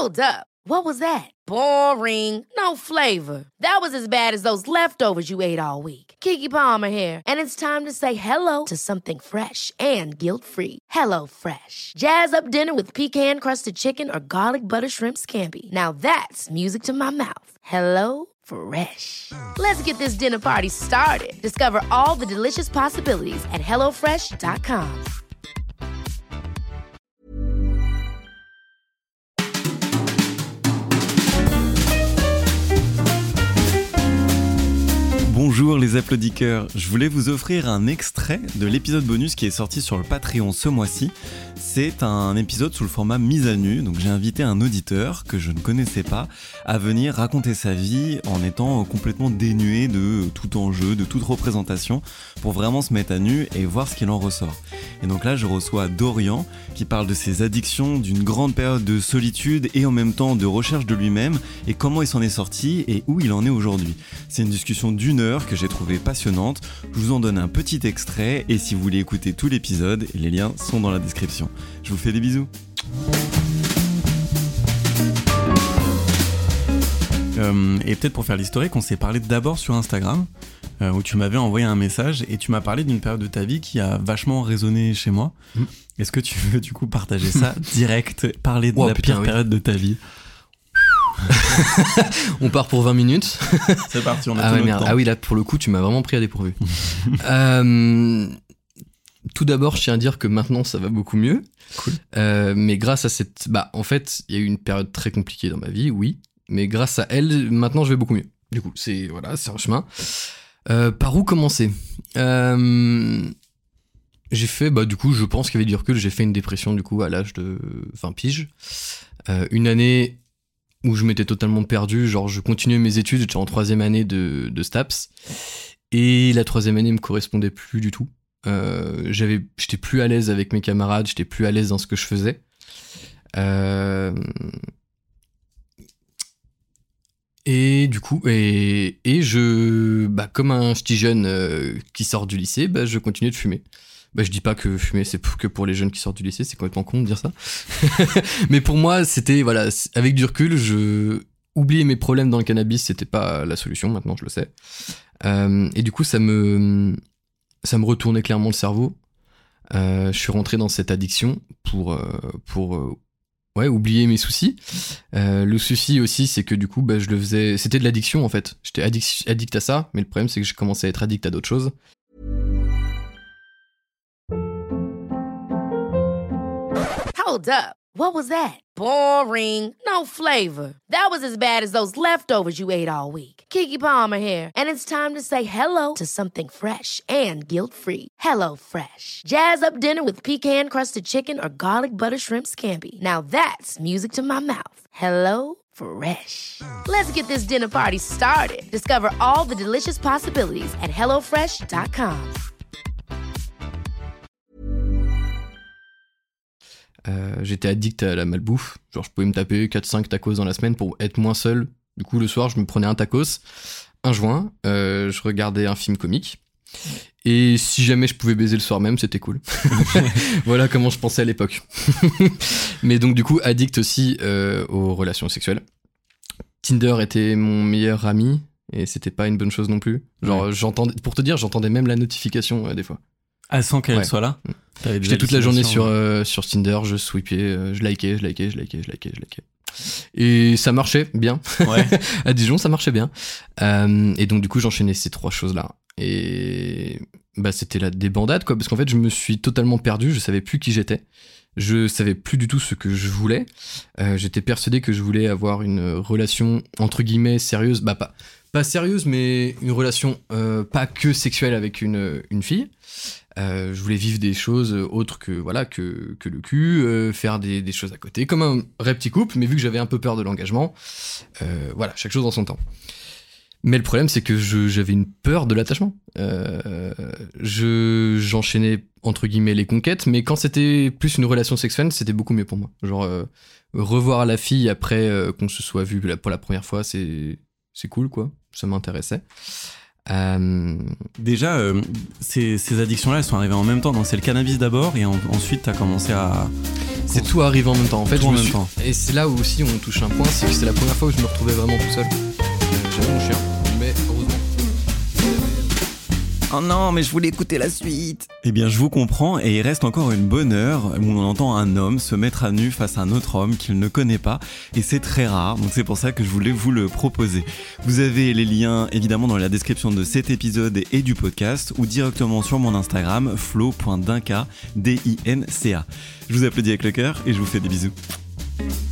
Hold up. What was that? Boring. No flavor. That was as bad as those leftovers you ate all week. Keke Palmer here, and it's time to say hello to something fresh and guilt-free. Hello Fresh. Jazz up dinner with pecan-crusted chicken or garlic butter shrimp scampi. Now that's music to my mouth. Hello Fresh. Let's get this dinner party started. Discover all the delicious possibilities at hellofresh.com. Bonjour les applaudisseurs, je voulais vous offrir un extrait de l'épisode bonus qui est sorti sur le Patreon ce mois-ci. C'est un épisode sous le format mise à nu, donc j'ai invité un auditeur que je ne connaissais pas à venir raconter sa vie en étant complètement dénué de tout enjeu, de toute représentation, pour vraiment se mettre à nu et voir ce qu'il en ressort. Et donc là je reçois Dorian qui parle de ses addictions, d'une grande période de solitude et en même temps de recherche de lui-même et comment il s'en est sorti et où il en est aujourd'hui. C'est une discussion d'1 heure que j'ai trouvée passionnante. Je vous en donne un petit extrait et si vous voulez écouter tout l'épisode, les liens sont dans la description. Je vous fais des bisous. Et peut-être pour faire l'historique, on s'est parlé d'abord sur Instagram où tu m'avais envoyé un message et tu m'as parlé d'une période de ta vie qui a vachement résonné chez moi. Est-ce que tu veux du coup partager ça direct, parler de la pire période de ta vie? On part pour 20 minutes. C'est parti, on a tout notre temps. Ah oui, là pour le coup tu m'as vraiment pris à dépourvu. Tout d'abord je tiens à dire que maintenant ça va beaucoup mieux. Cool. Mais grâce à cette... en fait il y a eu une période très compliquée dans ma vie, oui. Mais grâce à elle, maintenant je vais beaucoup mieux. Du coup c'est un chemin. Par où commencer? J'ai fait, du coup je pense qu'avec du recul j'ai fait une dépression du coup à l'âge de 20 piges. Une année où je m'étais totalement perdu, genre je continuais mes études, j'étais en 3e année de STAPS, et la 3e année me correspondait plus du tout. J'étais plus à l'aise avec mes camarades, j'étais plus à l'aise dans ce que je faisais. Et du coup, comme un petit jeune qui sort du lycée, je continuais de fumer. Je dis pas que fumer c'est que pour les jeunes qui sortent du lycée, c'est complètement con de dire ça. Mais pour moi, c'était, avec du recul, oublier mes problèmes dans le cannabis, c'était pas la solution, maintenant je le sais. Et du coup, ça me retournait clairement le cerveau. Je suis rentré dans cette addiction pour oublier mes soucis. Le souci aussi, c'est que du coup, je le faisais, c'était de l'addiction en fait. J'étais addict à ça, mais le problème c'est que j'ai commencé à être addict à d'autres choses. Hold up. What was that? Boring. No flavor. That was as bad as those leftovers you ate all week. Keke Palmer here, and it's time to say hello to something fresh and guilt-free. Hello Fresh. Jazz up dinner with pecan-crusted chicken or garlic butter shrimp scampi. Now that's music to my mouth. Hello Fresh. Let's get this dinner party started. Discover all the delicious possibilities at hellofresh.com. J'étais addict à la malbouffe, genre je pouvais me taper 4-5 tacos dans la semaine pour être moins seul. Du coup le soir je me prenais un tacos, un joint, je regardais un film comique et si jamais je pouvais baiser le soir même c'était cool. Voilà comment je pensais à l'époque. Mais donc du coup addict aussi aux relations sexuelles. Tinder était mon meilleur ami et c'était pas une bonne chose non plus. Genre j'entendais même la notification des fois. Ah, sans qu'elle soit là? J'étais toute la journée sur Tinder, je sweepais, je likais. Et ça marchait bien. Ouais. À Dijon, ça marchait bien. Et donc, du coup, j'enchaînais ces 3 choses-là. Et c'était la débandade, quoi. Parce qu'en fait, je me suis totalement perdu. Je savais plus qui j'étais. Je savais plus du tout ce que je voulais. J'étais persuadé que je voulais avoir une relation, entre guillemets, sérieuse. Pas sérieuse, mais une relation pas que sexuelle avec une fille. Je voulais vivre des choses autres que le cul, faire des choses à côté, comme un vrai petit couple, mais vu que j'avais un peu peur de l'engagement, chaque chose en son temps. Mais le problème, c'est que j'avais une peur de l'attachement. J'enchaînais, entre guillemets, les conquêtes, mais quand c'était plus une relation sexuelle, c'était beaucoup mieux pour moi. Genre, revoir la fille après qu'on se soit vu pour la première fois, c'est cool, quoi. Ça m'intéressait. Déjà, ces addictions-là, elles sont arrivées en même temps. Donc c'est le cannabis d'abord, et ensuite t'as commencé à C'est tout arrivé en même temps. En fait, tout en même temps. Et c'est là où aussi on touche un point, c'est que c'est la première fois où je me retrouvais vraiment tout seul. J'avais mon chien, mais heureusement. Oh non, mais je voulais écouter la suite. Eh bien, je vous comprends, et il reste encore une bonne heure où on entend un homme se mettre à nu face à un autre homme qu'il ne connaît pas, et c'est très rare, donc c'est pour ça que je voulais vous le proposer. Vous avez les liens évidemment dans la description de cet épisode et du podcast, ou directement sur mon Instagram, flo.dinka, D-I-N-C-A. Je vous applaudis avec le cœur et je vous fais des bisous.